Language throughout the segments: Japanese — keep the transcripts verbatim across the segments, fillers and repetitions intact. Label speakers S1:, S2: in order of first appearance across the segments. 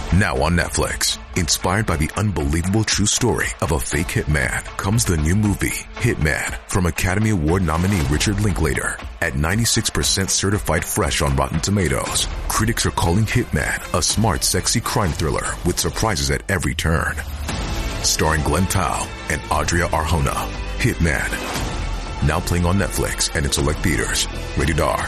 S1: Now on Netflix, inspired by the unbelievable true story of a fake hitman, comes the new movie, Hitman, from Academy Award nominee Richard Linklater. At ninety-six percent certified fresh on Rotten Tomatoes, critics are calling Hitman a smart, sexy crime thriller with surprises at every turn. Starring Glenn Powell and Adria Arjona, Hitman. Now playing on Netflix and in select theaters. Rated R.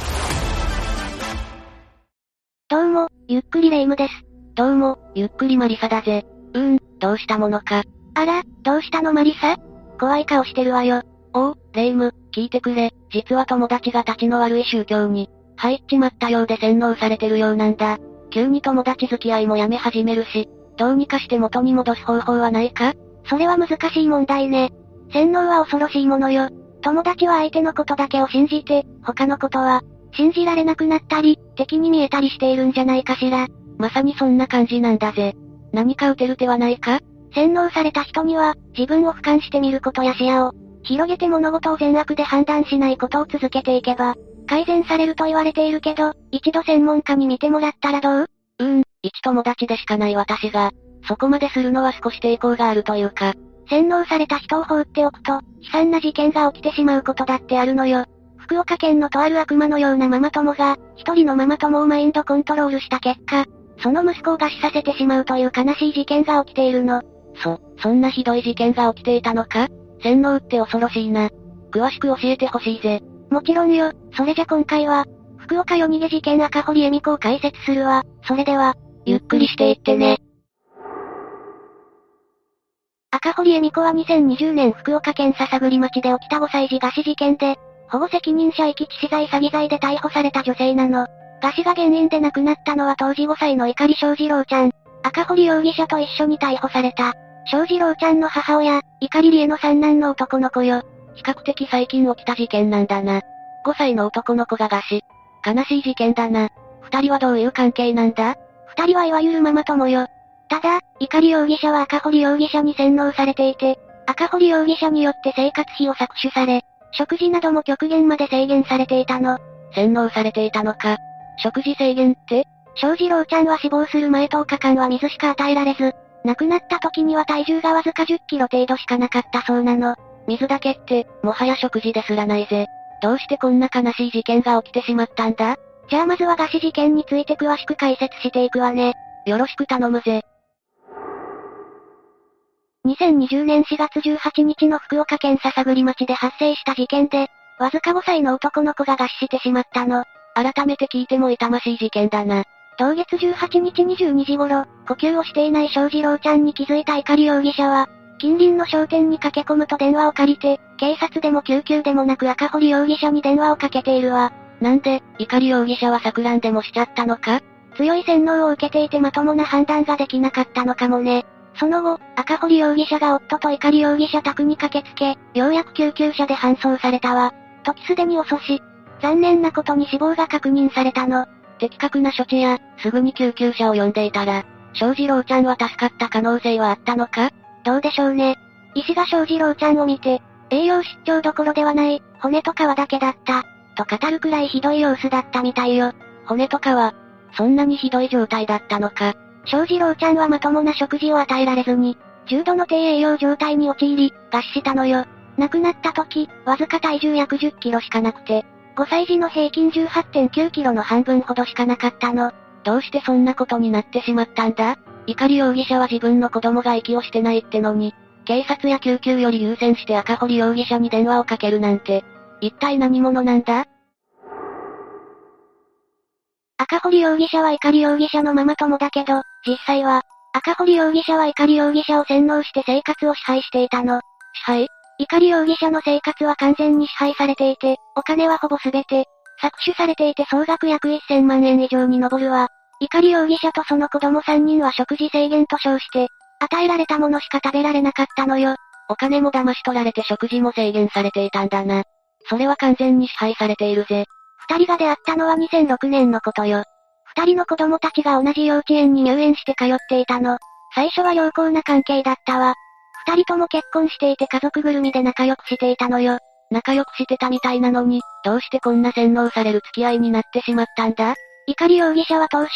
S2: どうも、ゆっくりレ夢ムです。
S3: どうも、ゆっくりマリサだぜ。うーん、どうしたものか。
S2: あら、どうしたのマリサ？怖い顔してるわよ。
S3: おう、レ夢ム、聞いてくれ。実は友達が立ちの悪い宗教に入っちまったようで洗脳されてるようなんだ。急に友達付き合いもやめ始めるし、どうにかして元に戻す方法はないか？
S2: それは難しい問題ね。洗脳は恐ろしいものよ。友達は相手のことだけを信じて、他のことは、信じられなくなったり、敵に見えたりしているんじゃないかしら。
S3: まさにそんな感じなんだぜ。何か打てる手はないか？
S2: 洗脳された人には、自分を俯瞰してみることや視野を、広げて物事を善悪で判断しないことを続けていけば、改善されると言われているけど、一度専門家に見てもらったらどう？
S3: うーん、一友達でしかない私が、そこまでするのは少し抵抗があるというか。
S2: 洗脳された人を放っておくと、悲惨な事件が起きてしまうことだってあるのよ。福岡県のとある悪魔のようなママ友が、一人のママ友をマインドコントロールした結果、その息子を餓死させてしまうという悲しい事件が起きているの。
S3: そ、そんなひどい事件が起きていたのか？洗脳って恐ろしいな。詳しく教えてほしいぜ。
S2: もちろんよ、それじゃ今回は、福岡夜逃げ事件赤堀恵美子を解説するわ。それでは、
S3: ゆっくりしていってね。
S2: 赤堀恵美子はにせんにじゅうねん福岡県篠栗町で起きたごさい児餓死事件で、保護責任者遺棄致死罪詐欺罪で逮捕された女性なの。餓死が原因で亡くなったのは当時ごさいの碇翔士郎ちゃん。赤堀容疑者と一緒に逮捕された。翔士郎ちゃんの母親、碇理恵の三男の男の子よ。
S3: 比較的最近起きた事件なんだな。ごさいの男の子が餓死。悲しい事件だな。二人はどういう関係なんだ？
S2: 二人はいわゆるママ友よ。ただ、碇容疑者は赤堀容疑者に洗脳されていて、赤堀容疑者によって生活費を搾取され、食事なども極限まで制限されていたの。
S3: 洗脳されていたのか。食事制限って？
S2: 翔士郎ちゃんは死亡する前とおかかんは水しか与えられず、亡くなった時には体重がわずかじゅっキロ程度しかなかったそうなの。
S3: 水だけって、もはや食事ですらないぜ。どうしてこんな悲しい事件が起きてしまったんだ？
S2: じゃあまずは餓死事件について詳しく解説していくわね。
S3: よろしく頼むぜ。
S2: にせんにじゅうねんしがつじゅうはちにちの福岡県篠栗町で発生した事件で、わずかごさいの男の子が餓死してしまったの。
S3: 改めて聞いても痛ましい事件だな。
S2: 同月じゅうはちにちにじゅうにじ頃、呼吸をしていない翔士郎ちゃんに気づいた碇容疑者は、近隣の商店に駆け込むと電話を借りて、警察でも救急でもなく赤堀容疑者に電話をかけているわ。
S3: なんで、碇容疑者は錯乱でもしちゃったのか？
S2: 強い洗脳を受けていてまともな判断ができなかったのかもね。その後、赤堀容疑者が夫と碇容疑者宅に駆けつけ、ようやく救急車で搬送されたわ。時すでに遅し。残念なことに死亡が確認されたの。
S3: 的確な処置や、すぐに救急車を呼んでいたら、翔士郎ちゃんは助かった可能性はあったのか？
S2: どうでしょうね。医師が翔士郎ちゃんを見て、栄養失調どころではない、骨と皮だけだった、と語るくらいひどい様子だったみたいよ。
S3: 骨と皮、そんなにひどい状態だったのか。
S2: 翔士郎ちゃんはまともな食事を与えられずに、重度の低栄養状態に陥り、餓死したのよ。亡くなった時、わずか体重約じゅっキロしかなくて、ごさい児の平均 じゅうはってんきゅうキロの半分ほどしかなかったの。
S3: どうしてそんなことになってしまったんだ？碇容疑者は自分の子供が息をしてないってのに、警察や救急より優先して赤堀容疑者に電話をかけるなんて、一体何者なんだ？
S2: 赤堀容疑者は碇容疑者のママ友だけど、実際は、赤堀容疑者は碇容疑者を洗脳して生活を支配していたの。
S3: 支配？
S2: 碇容疑者の生活は完全に支配されていて、お金はほぼすべて、搾取されていて総額約せんまんえん以上に上るわ。碇容疑者とその子供さんにんは食事制限と称して、与えられたものしか食べられなかったのよ。
S3: お金も騙し取られて食事も制限されていたんだな。それは完全に支配されているぜ。
S2: 二人が出会ったのはにせんろくねんのことよ。二人の子供たちが同じ幼稚園に入園して通っていたの。最初は良好な関係だったわ。二人とも結婚していて家族ぐるみで仲良くしていたのよ。
S3: 仲良くしてたみたいなのに、どうしてこんな洗脳される付き合いになってしまったんだ？
S2: 碇容疑者は当初、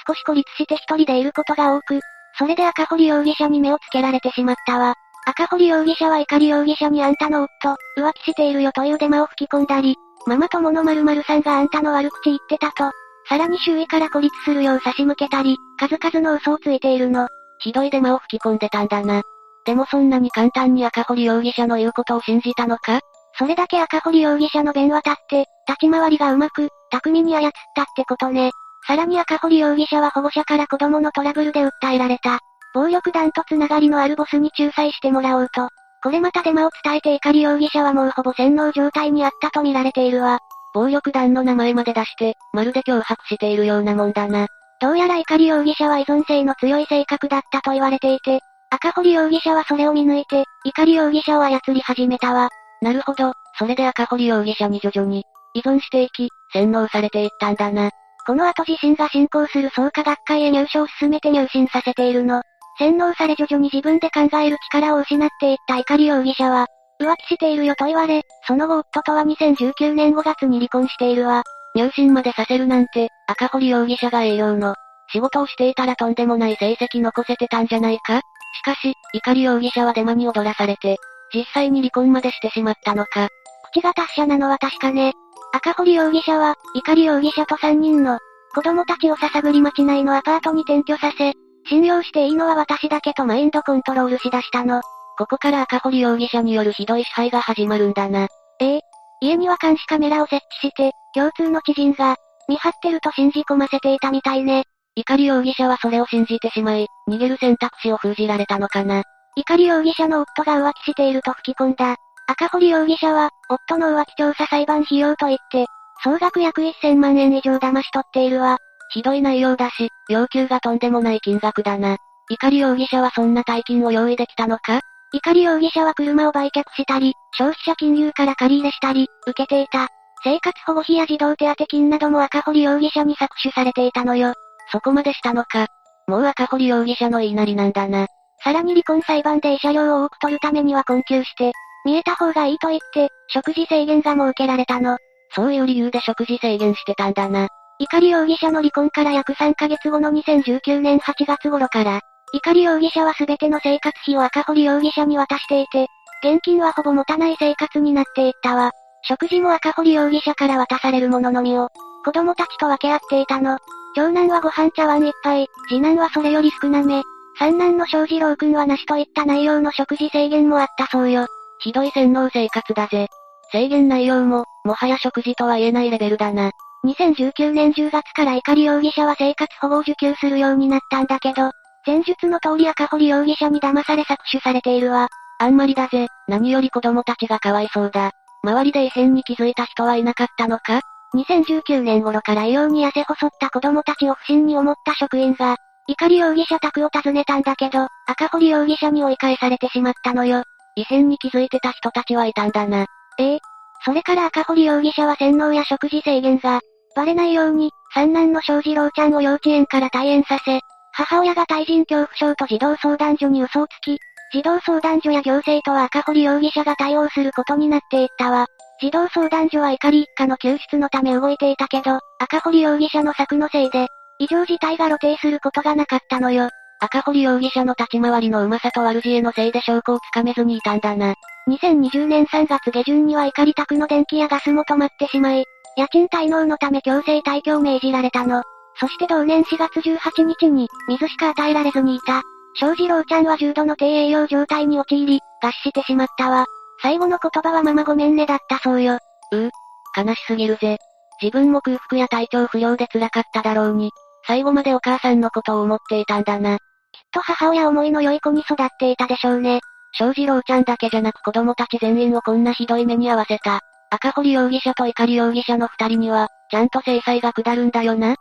S2: 少し孤立して一人でいることが多く、それで赤堀容疑者に目をつけられてしまったわ。赤堀容疑者は碇容疑者にあんたの夫、浮気しているよというデマを吹き込んだり、ママ友の〇〇さんがあんたの悪口言ってたと、さらに周囲から孤立するよう差し向けたり、数々の嘘をついているの。
S3: ひどいデマを吹き込んでたんだな。でもそんなに簡単に赤堀容疑者の言うことを信じたのか？
S2: それだけ赤堀容疑者の弁は立って、立ち回りがうまく、巧みに操ったってことね。さらに赤堀容疑者は保護者から子供のトラブルで訴えられた。暴力団とつながりのあるボスに仲裁してもらおうと。これまたデマを伝えて碇容疑者はもうほぼ洗脳状態にあったと見られているわ。
S3: 暴力団の名前まで出して、まるで脅迫しているようなもんだな。
S2: どうやら碇容疑者は依存性の強い性格だったと言われていて、赤堀容疑者はそれを見抜いて、碇容疑者を操り始めたわ。
S3: なるほど、それで赤堀容疑者に徐々に、依存していき、洗脳されていったんだな。
S2: この後自身が信仰する創価学会へ入所を進めて入信させているの。洗脳され徐々に自分で考える力を失っていった碇容疑者は、浮気しているよと言われ、その後夫とはにせんじゅうきゅうねんごがつに離婚しているわ。
S3: 入信までさせるなんて、赤堀容疑者が営業の仕事をしていたらとんでもない成績残せてたんじゃないか？しかし、碇容疑者はデマに踊らされて、実際に離婚までしてしまったのか。
S2: 口が達者なのは確かね。赤堀容疑者は、碇容疑者とさんにんの子供たちを篠栗町内のアパートに転居させ、信用していいのは私だけとマインドコントロールしだしたの。
S3: ここから赤堀容疑者によるひどい支配が始まるんだな。
S2: ええ。家には監視カメラを設置して、共通の知人が、見張ってると信じ込ませていたみたいね。
S3: 碇容疑者はそれを信じてしまい、逃げる選択肢を封じられたのかな。
S2: 碇容疑者の夫が浮気していると吹き込んだ。赤堀容疑者は、夫の浮気調査裁判費用と言って、総額約せんまんえん以上騙し取っているわ。
S3: ひどい内容だし、要求がとんでもない金額だな。碇容疑者はそんな大金を用意できたのか？
S2: 碇容疑者は車を売却したり、消費者金融から借り入れしたり、受けていた。生活保護費や児童手当金なども赤堀容疑者に搾取されていたのよ。
S3: そこまでしたのか。もう赤堀容疑者の言いなりなんだな。
S2: さらに離婚裁判で慰謝料を多く取るためには困窮して、見えた方がいいと言って、食事制限が設けられたの。
S3: そういう理由で食事制限してたんだな。
S2: 碇容疑者の離婚から約さんかげつごのにせんじゅうきゅうねんはちがつ頃から、碇容疑者はすべての生活費を赤堀容疑者に渡していて、現金はほぼ持たない生活になっていったわ。食事も赤堀容疑者から渡されるもののみを、子供たちと分け合っていたの。長男はご飯茶碗一杯、次男はそれより少なめ、三男の翔士郎くんはなしといった内容の食事制限もあったそうよ。
S3: ひどい洗脳生活だぜ。制限内容も、もはや食事とは言えないレベルだな。
S2: にせんじゅうきゅうねんじゅうがつから碇容疑者は生活保護を受給するようになったんだけど、前述の通り赤堀容疑者に騙され搾取されているわ。
S3: あんまりだぜ、何より子供たちがかわいそうだ。周りで異変に気づいた人はいなかったのか？
S2: にせんじゅうきゅうねん頃から異様に痩せ細った子供たちを不審に思った職員が、碇容疑者宅を訪ねたんだけど、赤堀容疑者に追い返されてしまったのよ。
S3: 異変に気づいてた人たちはいたんだな。
S2: ええ。それから赤堀容疑者は洗脳や食事制限が、バレないように、三男の翔士郎ちゃんを幼稚園から退園させ、母親が対人恐怖症と児童相談所に嘘をつき、児童相談所や行政とは赤堀容疑者が対応することになっていったわ。児童相談所は碇一家の救出のため動いていたけど、赤堀容疑者の策のせいで、異常事態が露呈することがなかったのよ。
S3: 赤堀容疑者の立ち回りのうまさと悪知恵のせいで証拠をつかめずにいたんだな。
S2: にせんにじゅうねんさんがつ下旬には碇宅の電気やガスも止まってしまい、家賃滞納のため強制退去を命じられたの。そして同年しがつじゅうはちにちに、水しか与えられずにいた。翔士郎ちゃんは重度の低栄養状態に陥り、餓死してしまったわ。最後の言葉はママごめんねだったそうよ。
S3: うう、悲しすぎるぜ。自分も空腹や体調不良で辛かっただろうに、最後までお母さんのことを思っていたんだな。
S2: きっと母親思いの良い子に育っていたでしょうね。
S3: 翔士郎ちゃんだけじゃなく子供たち全員をこんなひどい目に遭わせた。赤堀容疑者と碇容疑者の二人には、ちゃんと制裁が下るんだよな。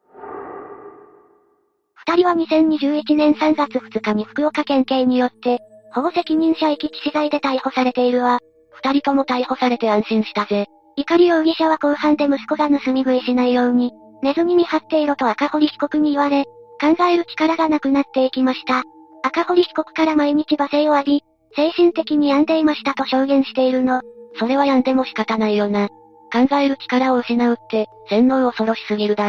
S2: 二人はにせんにじゅういちねんさんがつふつかに福岡県警によって、保護責任者遺棄致死罪で逮捕されているわ。
S3: 二人とも逮捕されて安心したぜ。
S2: 碇容疑者は公判で息子が盗み食いしないように、寝ずに見張っていろと赤堀被告に言われ、考える力がなくなっていきました。赤堀被告から毎日罵声を浴び、精神的に病んでいましたと証言しているの。
S3: それは病んでも仕方ないよな。考える力を失うって、洗脳恐ろしすぎるだろ。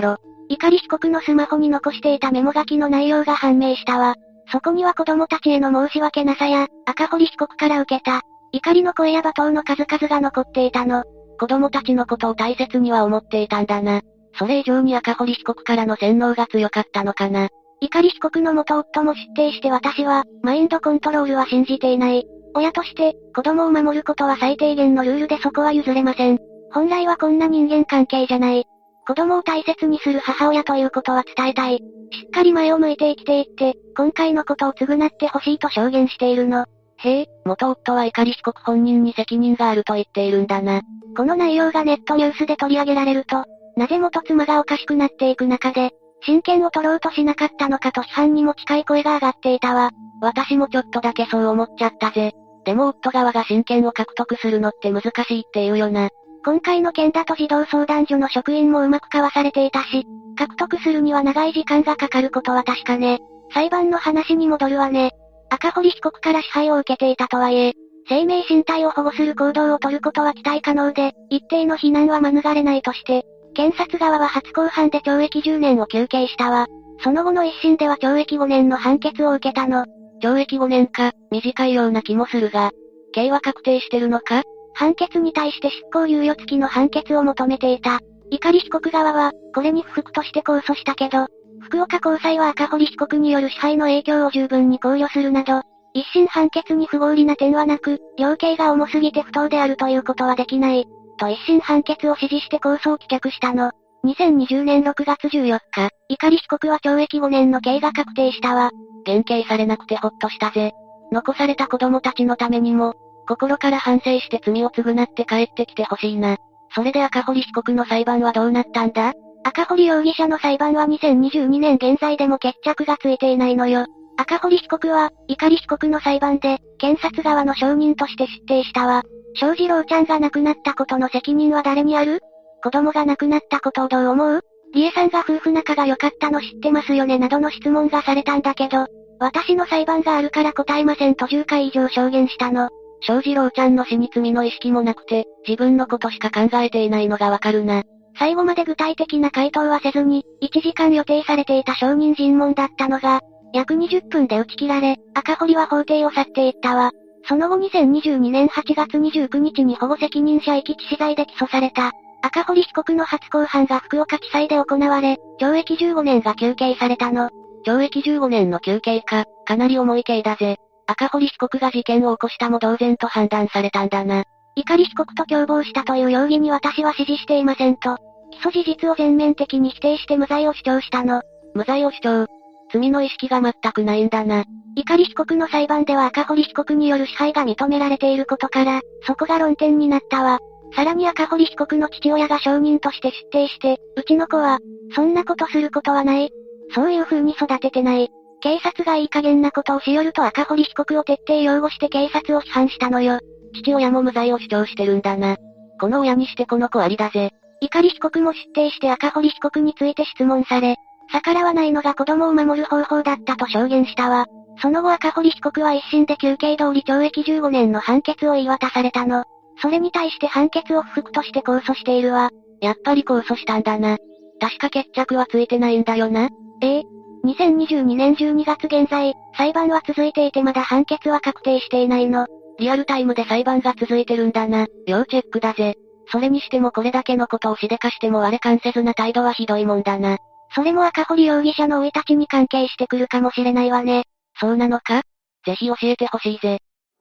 S2: 碇被告のスマホに残していたメモ書きの内容が判明したわ。そこには子供たちへの申し訳なさや、赤堀被告から受けた、怒りの声や罵倒の数々が残っていたの。
S3: 子供たちのことを大切には思っていたんだな。それ以上に赤堀被告からの洗脳が強かったのかな。
S2: 碇被告の元夫も出廷して私は、マインドコントロールは信じていない。親として、子供を守ることは最低限のルールでそこは譲れません。本来はこんな人間関係じゃない。子供を大切にする母親ということは伝えたい。しっかり前を向いて生きていって、今回のことを償ってほしいと証言しているの。
S3: へえ、元夫は碇被告本人に責任があると言っているんだな。
S2: この内容がネットニュースで取り上げられると、なぜ元妻がおかしくなっていく中で、親権を取ろうとしなかったのかと批判にも近い声が上がっていたわ。
S3: 私もちょっとだけそう思っちゃったぜ。でも夫側が親権を獲得するのって難しいって言うよな。
S2: 今回の件だと児童相談所の職員もうまくかわされていたし、獲得するには長い時間がかかることは確かね。裁判の話に戻るわね。赤堀被告から支配を受けていたとはいえ、生命身体を保護する行動を取ることは期待可能で、一定の非難は免れないとして、検察側は初公判で懲役じゅうねんを求刑したわ。その後の一審では懲役ごねんの判決を受けたの。
S3: 懲役ごねんか、短いような気もするが、刑は確定してるのか？
S2: 判決に対して執行猶予付きの判決を求めていた。碇被告側は、これに不服として控訴したけど、福岡高裁は赤堀被告による支配の影響を十分に考慮するなど、一審判決に不合理な点はなく、量刑が重すぎて不当であるということはできない。と一審判決を支持して控訴を棄却したの。にせんにじゅうねんろくがつじゅうよっか、碇被告は懲役ごねんの刑が確定したわ。
S3: 減刑されなくてほっとしたぜ。残された子供たちのためにも、心から反省して罪を償って帰ってきてほしいな。それで赤堀被告の裁判はどうなったんだ？
S2: 赤堀容疑者の裁判はにせんにじゅうにねん現在でも決着がついていないのよ。赤堀被告は、碇被告の裁判で、検察側の証人として出廷したわ。翔士郎ちゃんが亡くなったことの責任は誰にある？子供が亡くなったことをどう思う？理恵さんが夫婦仲が良かったの知ってますよねなどの質問がされたんだけど、私の裁判があるから答えませんとじゅっかい以上証言したの。
S3: 翔士郎ちゃんの死に罪の意識もなくて、自分のことしか考えていないのがわかるな。
S2: 最後まで具体的な回答はせずに、いちじかん予定されていた証人尋問だったのが、約にじゅっぷんで打ち切られ、赤堀は法廷を去っていったわ。その後にせんにじゅうにねんはちがつにじゅうくにちに保護責任者遺棄致死罪で起訴された。赤堀被告の初公判が福岡地裁で行われ、懲役じゅうごねんが求刑されたの。
S3: 懲役じゅうごねんの求刑か、かなり重い刑だぜ。赤堀被告が事件を起こしたも同然と判断されたんだな。
S2: 碇被告と共謀したという容疑に私は支持していませんと、起訴事実を全面的に否定して無罪を主張したの。
S3: 無罪を主張。罪の意識が全くないんだな。
S2: 碇被告の裁判では赤堀被告による支配が認められていることから、そこが論点になったわ。さらに赤堀被告の父親が証人として出廷して、うちの子は、そんなことすることはない。そういう風に育ててない。警察がいい加減なことをしよると赤堀被告を徹底擁護して警察を批判したのよ。
S3: 父親も無罪を主張してるんだな。この親にしてこの子ありだぜ。
S2: 碇被告も出廷して赤堀被告について質問され、逆らわないのが子供を守る方法だったと証言したわ。その後赤堀被告は一審で求刑通り懲役じゅうごねんの判決を言い渡されたの。それに対して判決を不服として控訴しているわ。
S3: やっぱり控訴したんだな。確か決着はついてないんだよな。
S2: ええ。にせんにじゅうにねんじゅうにがつ現在、裁判は続いていてまだ判決は確定していないの。
S3: リアルタイムで裁判が続いてるんだな。要チェックだぜ。それにしてもこれだけのことをしでかしても我関せずな態度はひどいもんだな。
S2: それも赤堀容疑者の生い立ちに関係してくるかもしれないわね。
S3: そうなのか？ぜひ教えてほしいぜ。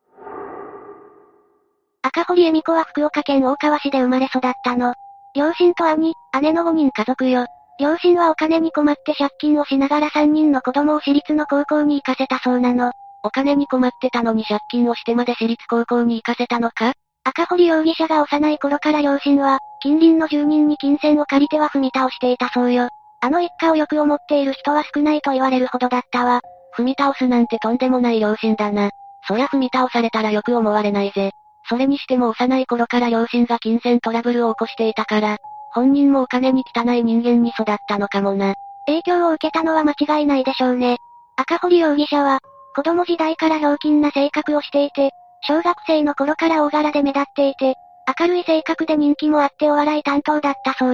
S2: 赤堀恵美子は福岡県大川市で生まれ育ったの。両親と兄、姉のごにん家族よ。両親はお金に困って借金をしながらさんにんの子供を私立の高校に行かせたそうなの。
S3: お金に困ってたのに借金をしてまで私立高校に行かせたのか？
S2: 赤堀容疑者が幼い頃から両親は、近隣の住人に金銭を借りては踏み倒していたそうよ。あの一家をよく思っている人は少ないと言われるほどだったわ。
S3: 踏み倒すなんてとんでもない両親だな。そりゃ踏み倒されたらよく思われないぜ。それにしても幼い頃から両親が金銭トラブルを起こしていたから、本人もお金に汚い人間に育ったのかもな。
S2: 影響を受けたのは間違いないでしょうね。赤堀容疑者は、子供時代からひょうきんな性格をしていて、小学生の頃から大柄で目立っていて、明るい性格で人気もあってお笑い担当だったそうよ。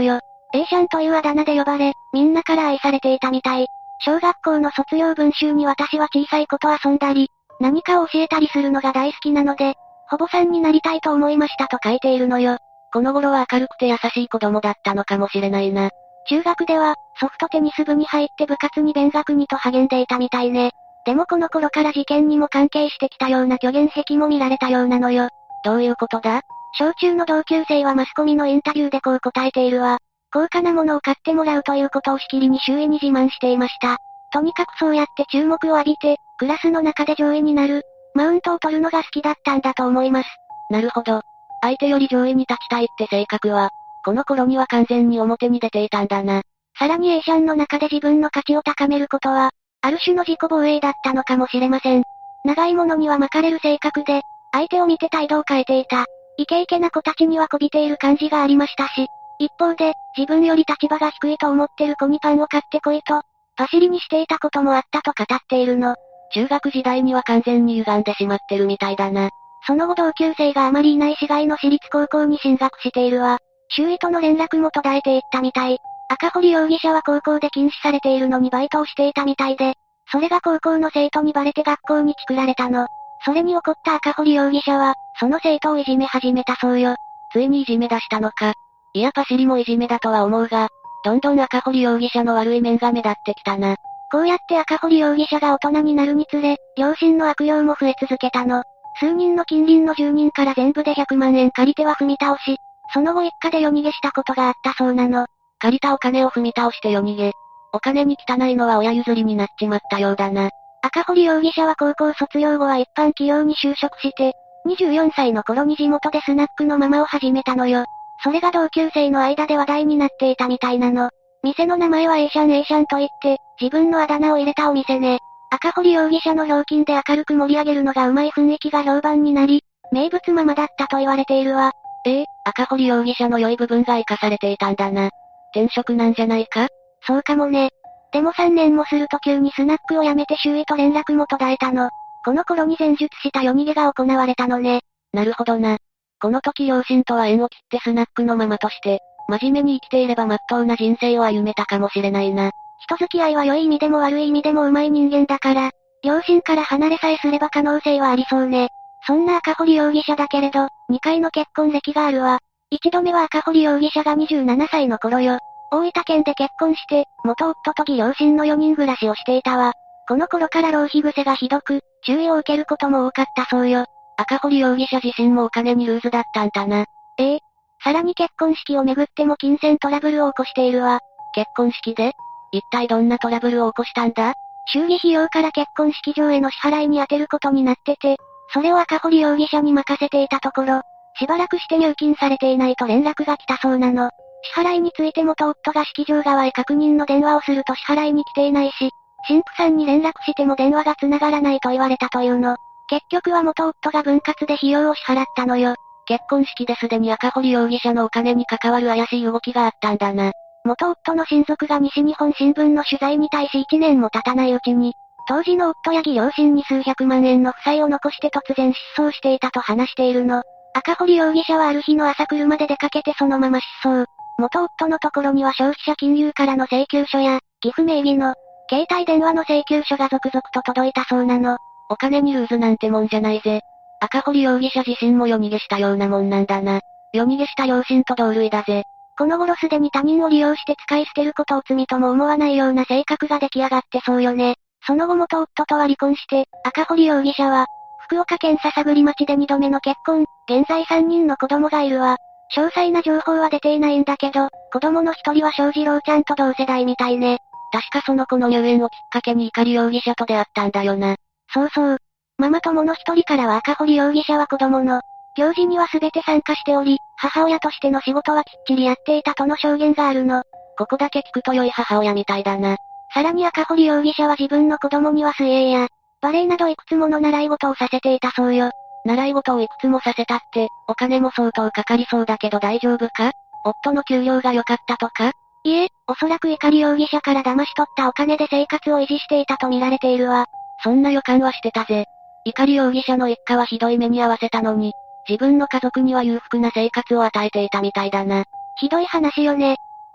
S2: A シャンというあだ名で呼ばれ、みんなから愛されていたみたい。小学校の卒業文集に私は小さい子と遊んだり、何かを教えたりするのが大好きなので、保母さんになりたいと思いましたと書いているのよ。
S3: この頃は明るくて優しい子供だったのかもしれないな。
S2: 中学では、ソフトテニス部に入って部活に勉学にと励んでいたみたいね。でもこの頃から事件にも関係してきたような虚言癖も見られたようなのよ。
S3: どういうことだ？
S2: 小中の同級生はマスコミのインタビューでこう答えているわ。高価なものを買ってもらうということをしきりに周囲に自慢していました。とにかくそうやって注目を浴びて、クラスの中で上位になる、マウントを取るのが好きだったんだと思います。
S3: なるほど。相手より上位に立ちたいって性格は、この頃には完全に表に出ていたんだな。
S2: さらに A シャンの中で自分の価値を高めることは、ある種の自己防衛だったのかもしれません。長いものには巻かれる性格で、相手を見て態度を変えていた。イケイケな子たちにはこびている感じがありましたし、一方で、自分より立場が低いと思ってる子にパンを買ってこいと、パシリにしていたこともあったと語っているの。
S3: 中学時代には完全に歪んでしまってるみたいだな。
S2: その後同級生があまりいない市外の私立高校に進学しているわ。周囲との連絡も途絶えていったみたい。赤堀容疑者は高校で禁止されているのにバイトをしていたみたいで、それが高校の生徒にバレて学校にチクられたの。それに怒った赤堀容疑者は、その生徒をいじめ始めたそうよ。
S3: ついにいじめ出したのか。いやパシリもいじめだとは思うが、どんどん赤堀容疑者の悪い面が目立ってきたな。
S2: こうやって赤堀容疑者が大人になるにつれ、両親の悪用も増え続けたの。数人の近隣の住人から全部でひゃくまんえん借りては踏み倒し、その後一家で夜逃げしたことがあったそうなの。
S3: 借りたお金を踏み倒して夜逃げ。お金に汚いのは親譲りになっちまったようだな。
S2: 赤堀容疑者は高校卒業後は一般企業に就職して、にじゅうよんさいの頃に地元でスナックのママを始めたのよ。それが同級生の間で話題になっていたみたいなの。店の名前は A シャン A シャンと言って、自分のあだ名を入れたお店ね。赤堀容疑者のひょうきんで明るく盛り上げるのが上手い雰囲気が評判になり、名物ママだったと言われているわ。
S3: ええ、赤堀容疑者の良い部分が活かされていたんだな。転職なんじゃないか？
S2: そうかもね。でもさんねんもすると急にスナックを辞めて周囲と連絡も途絶えたの。この頃に前述した夜逃げが行われたのね。
S3: なるほどな。この時両親とは縁を切ってスナックのママとして、真面目に生きていれば真っ当な人生を歩めたかもしれないな。
S2: 人付き合いは良い意味でも悪い意味でも上手い人間だから、両親から離れさえすれば可能性はありそうね。そんな赤堀容疑者だけれど、にかいの結婚歴があるわ。一度目は赤堀容疑者がにじゅうななさいの頃よ。大分県で結婚して、元夫と義両親のよにん暮らしをしていたわ。この頃から浪費癖がひどく、注意を受けることも多かったそうよ。
S3: 赤堀容疑者自身もお金にルーズだったんだな。
S2: ええ。さらに結婚式をめぐっても金銭トラブルを起こしているわ。
S3: 結婚式で？一体どんなトラブルを起こしたんだ？
S2: 祝儀費用から結婚式場への支払いに充てることになってて、それを赤堀容疑者に任せていたところ、しばらくして入金されていないと連絡が来たそうなの。支払いについて元夫が式場側へ確認の電話をすると支払いに来ていないし、神父さんに連絡しても電話が繋がらないと言われたというの。結局は元夫が分割で費用を支払ったのよ。
S3: 結婚式ですでに赤堀容疑者のお金に関わる怪しい動きがあったんだな。
S2: 元夫の親族が西日本新聞の取材に対しいちねんも経たないうちに、当時の夫や義両親に数百万円の負債を残して突然失踪していたと話しているの。赤堀容疑者はある日の朝車で出かけてそのまま失踪。元夫のところには消費者金融からの請求書や、寄付名義の、携帯電話の請求書が続々と届いたそうなの。
S3: お金にルーズなんてもんじゃないぜ。赤堀容疑者自身も夜逃げしたようなもんなんだな。夜逃げした両親と同類だぜ。
S2: この頃すでに他人を利用して使い捨てることを罪とも思わないような性格が出来上がってそうよね。その後元夫とは離婚して、赤堀容疑者は、福岡県篠栗町でにどめの結婚、現在さんにんの子供がいるわ。詳細な情報は出ていないんだけど、子供の一人は翔士郎ちゃんと同世代みたいね。
S3: 確かその子の入園をきっかけに怒り容疑者と出会ったんだよな。
S2: そうそう。ママ友の一人からは赤堀容疑者は子供の、行事には全て参加しており、母親としての仕事はきっちりやっていたとの証言があるの。
S3: ここだけ聞くと良い母親みたいだな。
S2: さらに赤堀容疑者は自分の子供には水泳や、バレエなどいくつもの習い事をさせていたそうよ。
S3: 習い事をいくつもさせたって、お金も相当かかりそうだけど大丈夫か？夫の給料が良かったとか？
S2: いえ、おそらく怒り容疑者から騙し取ったお金で生活を維持していたと見られているわ。
S3: そんな予感はしてたぜ。怒り容疑者の一家はひどい目に遭わせたのに、自分の家族には裕福な生活を与えていたみたいだな。
S2: ひどい話よね。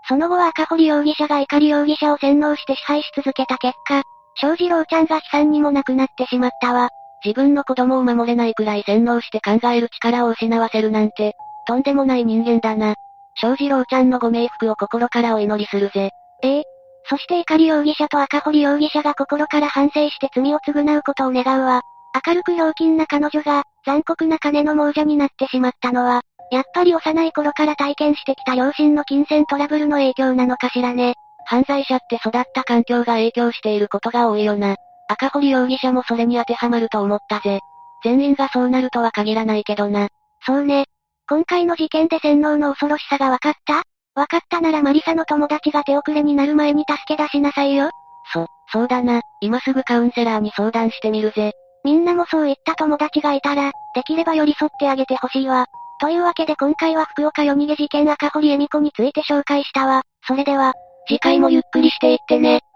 S2: その後は赤堀容疑者が碇容疑者を洗脳して支配し続けた結果、翔士郎ちゃんが悲惨にも亡くなってしまったわ。
S3: 自分の子供を守れないくらい洗脳して考える力を失わせるなんて、とんでもない人間だな。翔士郎ちゃんのご冥福を心からお祈りするぜ。
S2: ええ。そして碇容疑者と赤堀容疑者が心から反省して罪を償うことを願うわ。明るくひょうきんな彼女が、残酷な金の亡者になってしまったのは、やっぱり幼い頃から体験してきた両親の金銭トラブルの影響なのかしらね。
S3: 犯罪者って育った環境が影響していることが多いよな。赤堀容疑者もそれに当てはまると思ったぜ。全員がそうなるとは限らないけどな。
S2: そうね。今回の事件で洗脳の恐ろしさが分かった？分かったならマリサの友達が手遅れになる前に助け出しなさいよ。
S3: そ、そうだな。今すぐカウンセラーに相談してみるぜ。
S2: みんなもそういった友達がいたら、できれば寄り添ってあげてほしいわ。というわけで今回は福岡夜逃げ事件赤堀恵美子について紹介したわ。それでは、
S3: 次回もゆっくりしていってね。